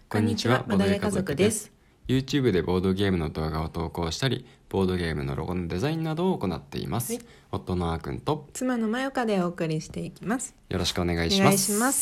こんにちは、ボドゲ家族です。 YouTube でボードゲームの動画を投稿したり、ボードゲームのロゴのデザインなどを行っています、はい、夫のあーくんと妻のまよかでお送りしていきます。 よろしくお願いします。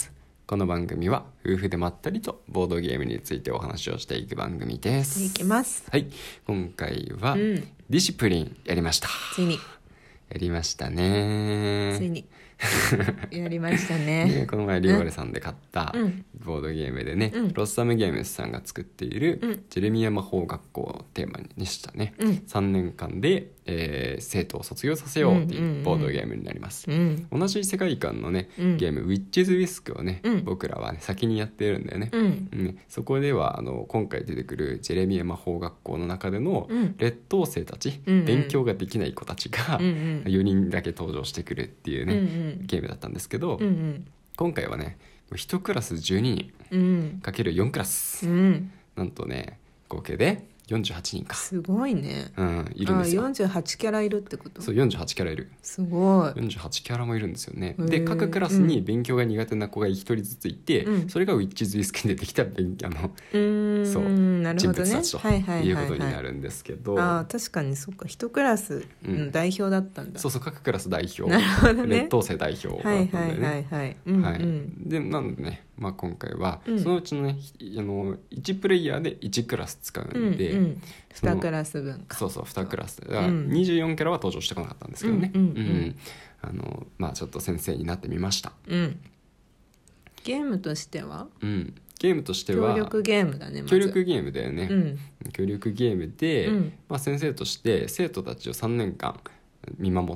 この番組は夫婦でまったりとボードゲームについてお話をしていく番組です。 いきます。 はい、今回は、ディシプリンやりました。 ついにやりましたね。 ついにやりましたねこの前リオレさんで買ったボードゲームでね、ロッサムゲームズさんが作っているジェレミア魔法学校をテーマにしたね、3年間で、生徒を卒業させようっていうボードゲームになります、同じ世界観のね、ゲーム Witch's Whisk をね、僕らはね先にやってるんだよね、そこでは今回出てくるジェレミア魔法学校の中での劣等生たち、勉強ができない子たちが4人だけ登場してくるっていうね、ゲームだったんですけど、今回はね1クラス12人かける4クラス、なんとね合計で48人か。 すごいね、 いるんですよ。 48キャラいるってこと？ そう、48キャラいる。 すごい。 48キャラもいるんですよね。で各クラスに勉強が苦手な子が1人ずついて、それがウィッチズ・ウィスクに出てきたそう人物たちということになるんですけど、 確かにそっか、1クラスの代表だったんだ、 そうそう、各クラス代表、 なるほどね、 劣等生代表だったんだよね。でなのでね、今回はそのうちのね、1プレイヤーで1クラス使うんで、 2クラス分か。 そうそう、2クラスだから24キャラは登場してこなかったんですけどね、ちょっと先生になってみました。 ゲームとしては、 ゲームとしては協力ゲームだね。 協力ゲームだよね、協力ゲームで、先生として生徒たちを3年間見守って、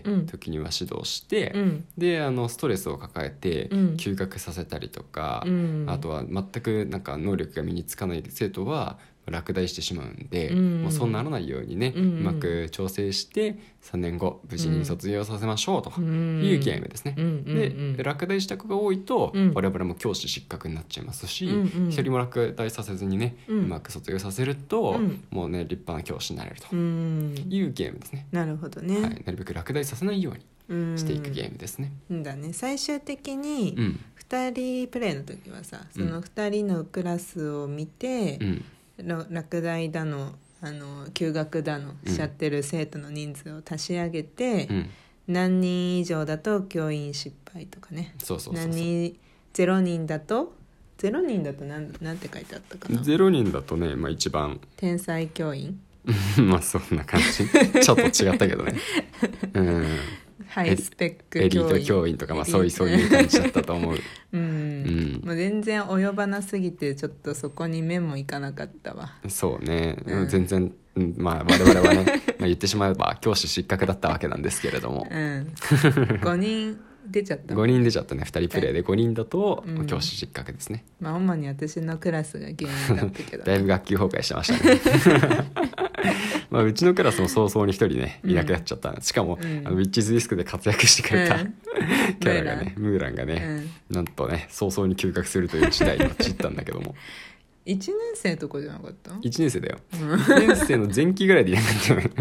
時には指導して、でストレスを抱えて休学させたりとか、あとは全くなんか能力が身につかない生徒は落第してしまうんで、もうそうならないようにね、うまく調整して3年後無事に卒業させましょうというゲームですね。で落第した子が多いと、我々も教師失格になっちゃいますし、一人も落第させずにね、うまく卒業させると、もうね立派な教師になれるというゲームですね。 なるほどね、 なるべく落第させないようにしていくゲームですね。 だね。最終的に2人プレイの時はさ、その2人のクラスを見て、落第だの休学だのしちゃってる生徒の人数を足し上げて、何人以上だと教員失敗とかね、0人だとなんて書いてあったかな。 0人だとね、一番天才教員そんな感じちょっと違ったけどねハイスペックエリート教員とか、そういう感じだったと思う。 もう全然及ばなすぎて、ちょっとそこに目もいかなかったわ。 そうね、全然我々はね言ってしまえば教師失格だったわけなんですけれども、 5人出ちゃった 5人出ちゃったね。2人プレイで5人だと教師失格ですね。 主に私のクラスが原因だったけどだいぶ学級崩壊してましたねうちのクラスも早々に1人ねいなくなっちゃった、しかも、ウィッチズ・ディスクで活躍してくれた、キャラがね、ムーランがね、なんとね早々に休学するという事態に陥ったんだけども 1年生とかじゃなかった？ 1 年生だよ、1年生の前期ぐらいでいなかったよ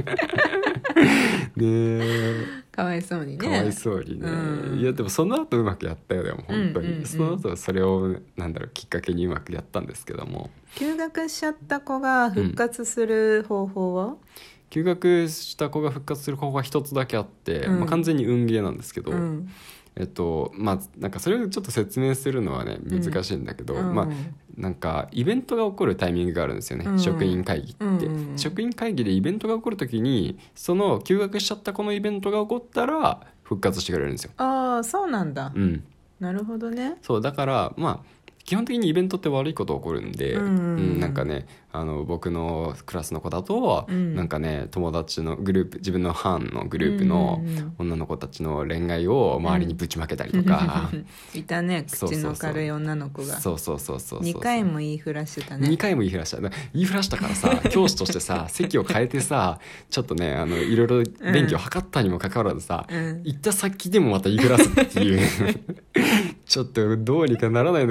ねかわいそうにね。 かわいそうにね、いやでもその後うまくやったよ。でも本当に、その後それをきっかけにうまくやったんですけども、 休学しちゃった子が復活する方法は、 休学した子が復活する方法は一つだけあって、完全に運ゲーなんですけど、なんかそれをちょっと説明するのはね難しいんだけど、なんかイベントが起こるタイミングがあるんですよね、職員会議って、職員会議でイベントが起こるときに、その休学しちゃった子のイベントが起こったら復活してくれるんですよ。 そうなんだ、なるほどね。 そうだから基本的にイベントって悪いこと起こるんで、なんかね僕のクラスの子だと、なんかね友達のグループ、自分の班のグループの女の子たちの恋愛を周りにぶちまけたりとか、 いたね、口の軽い女の子が。 そう 2回も言いふらしてたね。 2回も言いふらしたからさ教師としてさ席を変えてさ、ちょっとねいろいろ勉強を図ったにもかかわらずさ、行った先でもまた言いふらすっていうちょっとどうにかならないのかこの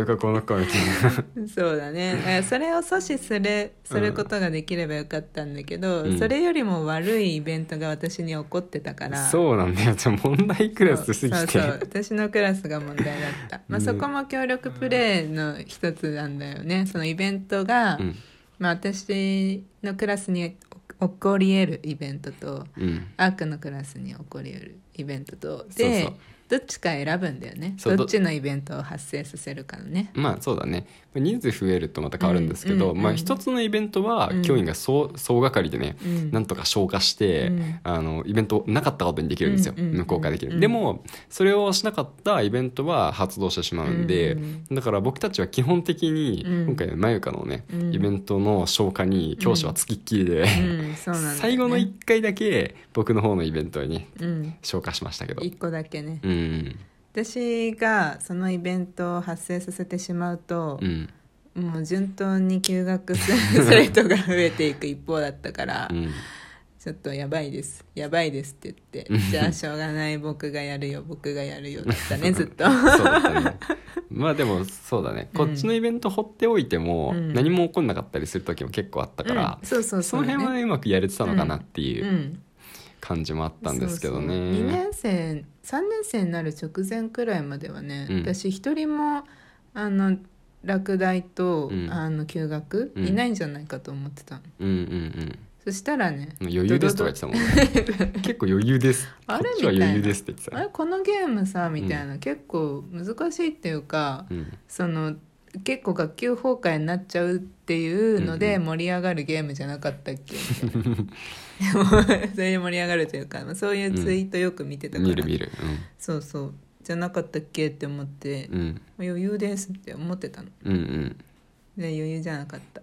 こみたいなそうだね。それを阻止することができればよかったんだけど、それよりも悪いイベントが私に起こってたから、 そうなんだよ。問題クラスすぎて。 そう私のクラスが問題だった。そこも協力プレイの一つなんだよね。そのイベントが、私のクラスに起こり得るイベントと、アークのクラスに起こり得るイベントとで、そうどっちか選ぶんだよね。どっちのイベントを発生させるかのね。 そうだね。人数増えるとまた変わるんですけど、一つのイベントは教員が総がかりでね、なんとか消化して、イベントなかったことにできるんですよ。無効化できる。でもそれをしなかったイベントは発動してしまうんで、だから僕たちは基本的に今回まゆかのね、イベントの消化に教師はつきっきりで、最後の1回だけ僕の方のイベントに消化しましたけど、 1個だけね。私がそのイベントを発生させてしまうと、もう順当に休学する人が増えていく一方だったから、ちょっとやばいですって言ってじゃあしょうがない僕がやるよだったねずっとそうだったね。 でもそうだね、こっちのイベント放っておいても何も起こんなかったりする時も結構あったから、その辺はうまくやれてたのかなっていう感じもあったんですけどね。 2年生3年生になる直前くらいまではね、私一人も落第と、休学いないんじゃないかと思ってたの。そしたらね、 余裕ですとか言ってたもんね結構余裕ですあれこっちは余裕ですって言ってた。 あれこのゲームさみたいな、結構難しいっていうか、結構学級崩壊になっちゃうっていうので盛り上がるゲームじゃなかったっけみたいなそれで盛り上がるというか、そういうツイートよく見てたから、 見る、 そうじゃなかったっけって思って、余裕ですって思ってたの。で余裕じゃなかった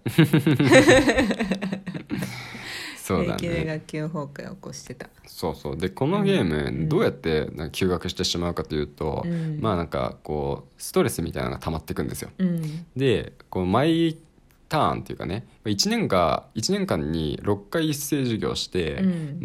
そうだね、平気で学級崩壊を起こしてた。 そうでこのゲームどうやって休学してしまうかというと、なんかこうストレスみたいなのが溜まっていくんですよ。でこう毎ターンっていうかね、1年間に6回一斉授業して、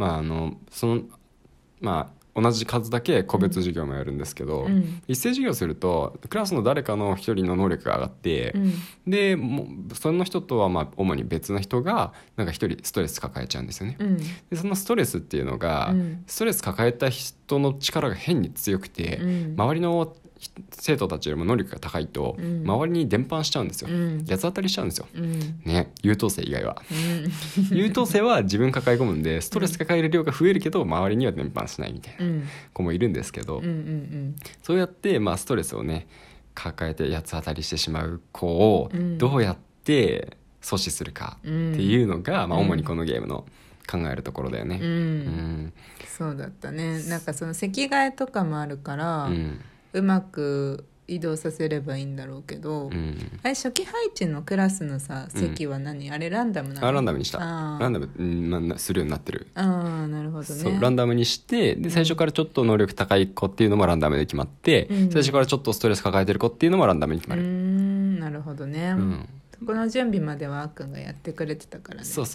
同じ数だけ個別授業もやるんですけど、一斉授業するとクラスの誰かの一人の能力が上がって、でその人とは主に別の人がなんか一人ストレス抱えちゃうんですよね。でそのストレスっていうのが、ストレス抱えた人の力が変に強くて、周りの生徒たちよりも能力が高いと、周りに伝播しちゃうんですよ。八つ当たりしちゃうんですよ、ね、優等生以外は、優等生は自分抱え込むんでストレス抱える量が増えるけど周りには伝播しないみたいな子もいるんですけど、そうやってストレスをね抱えて八つ当たりしてしまう子をどうやって阻止するかっていうのが、主にこのゲームの考えるところだよね。 そうだったね。なんかその席替えとかもあるから、うまく移動させればいいんだろうけど、あれ初期配置のクラスのさ席は何、あれランダムなの？ ランダムにした。ランダム、するようになってる。 なるほどね。 そうランダムにして、で最初からちょっと能力高い子っていうのもランダムで決まって、最初からちょっとストレス抱えてる子っていうのもランダムに決まる。 なるほどね。この準備まではあっくんがやってくれてたからね。 そう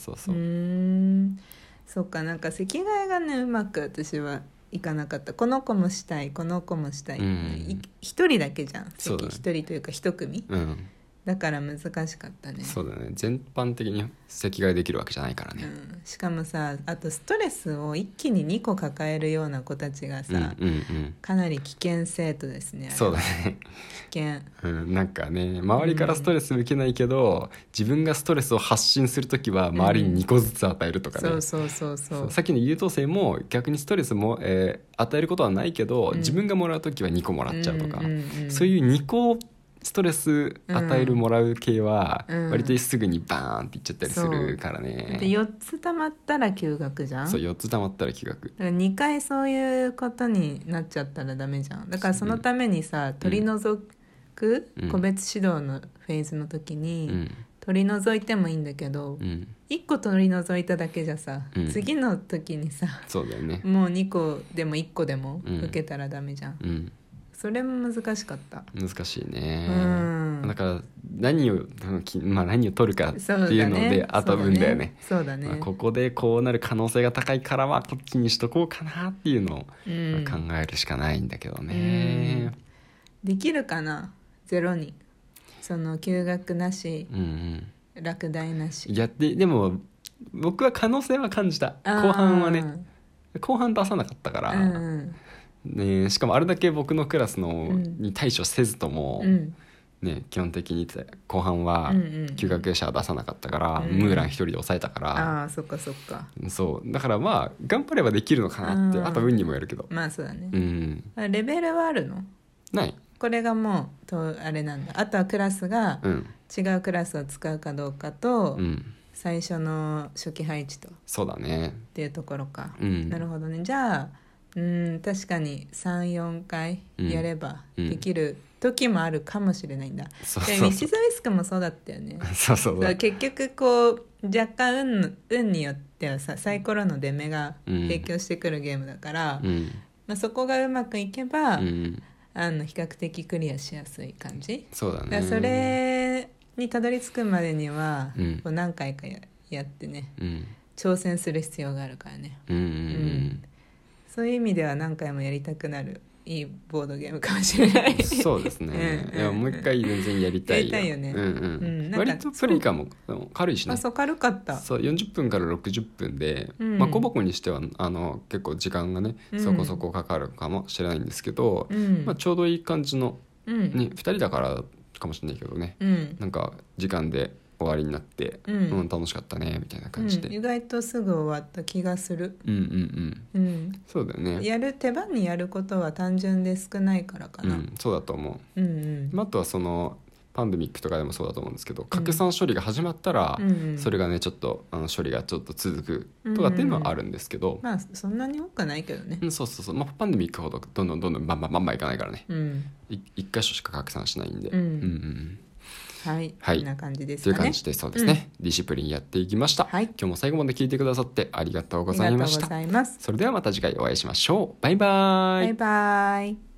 そうか、なんか席替えがねうまく私はいかなかった。この子もしたい、この子もしたい、一人だけじゃん席、一人というか一組、だから難しかったね。 そうだね、全般的に席替えできるわけじゃないからね、 しかもさ、あとストレスを一気に2個抱えるような子たちがさ、かなり危険生徒ですね。 そうだね、 危険、 なんかね周りからストレス受けないけど、自分がストレスを発信するときは周りに2個ずつ与えるとかね、そうさっきの優等生も逆にストレスも、与えることはないけど、自分がもらうときは2個もらっちゃうとか、そういう2個ストレス与えるもらう系は割とすぐにバーンっていっちゃったりするからね。 で4つ溜まったら休学じゃん。 そう4つ溜まったら休学だから2回そういうことになっちゃったらダメじゃん。だからそのためにさ、取り除く、個別指導のフェーズの時に、取り除いてもいいんだけど、1個取り除いただけじゃさ、次の時にさ、 そうだよね、 もう2個でも1個でも受けたらダメじゃん、それも難しかった。 難しいね、だから何を取るかっていうので遊ぶんだよね。 そうだね、 ここでこうなる可能性が高いからはこっちにしとこうかなっていうのを考えるしかないんだけどね、 できるかな0人。 その休学なし、 うんうん、 落第なし。 でも僕は可能性は感じた。後半はね、後半出さなかったから、うんね、しかもあれだけ僕のクラスのに対処せずとも、うんね、基本的に後半は休学者は出さなかったから、ムーラン一人で抑えたから、 あ、そっかそっか。 そうだからまあ頑張ればできるのかなって。あと運にもよるけど、 まあそうだね、 うん、 レベルはあるの？ ない。 これがもうあれなんだ。あとはクラスが違うクラスを使うかどうかと、うん、最初の初期配置と、 そうだねっていうところか、 うん、 なるほどね。じゃあ確かに 3,4 回やればできる時もあるかもしれないんだ、うん、そうそうそう。ミシズ・ウィスクもそうだったよね。 そうそうそう。 結局こう若干運によってはさ、サイコロの出目が影響してくるゲームだから、うんまあ、そこがうまくいけば、うん、比較的クリアしやすい感じ。 そうだね。 だからそれにたどり着くまでには、うん、こう何回か やってね、うん、挑戦する必要があるからね、うんうんうんうん、そういう意味では何回もやりたくなるいいボードゲームかもしれない。 そうですね、うん、いやもう一回全然やりたいよ。 やりたいよね、うんうんうん、割とプレイ感も軽いしね。 あ、そう軽かった。 そう40分から60分で、まあ、小箱にしては結構時間がね、そこそこかかるかもしれないんですけど、まあ、ちょうどいい感じの、ね、2人だからかもしれないけどね、なんか時間で終わりになって、楽しかったねみたいな感じで、 意外とすぐ終わった気がする。 そうだよね。 手番にやることは単純で少ないからかな、 そうだと思う、あとはそのパンデミックとかでもそうだと思うんですけど、拡散処理が始まったら、それがねちょっと処理がちょっと続くとかっていうのはあるんですけど、 まあそんなに多くはないけどね、 そうそうそう、まあ、パンデミックほどどんどんバンバンいかないからね、1箇所しか拡散しないんで、はい、こんな感じですかね。という感じで、そうですね、ディシプリンやっていきました、今日も最後まで聞いてくださってありがとうございました。それではまた次回お会いしましょう。バイバイ。 バイバイ。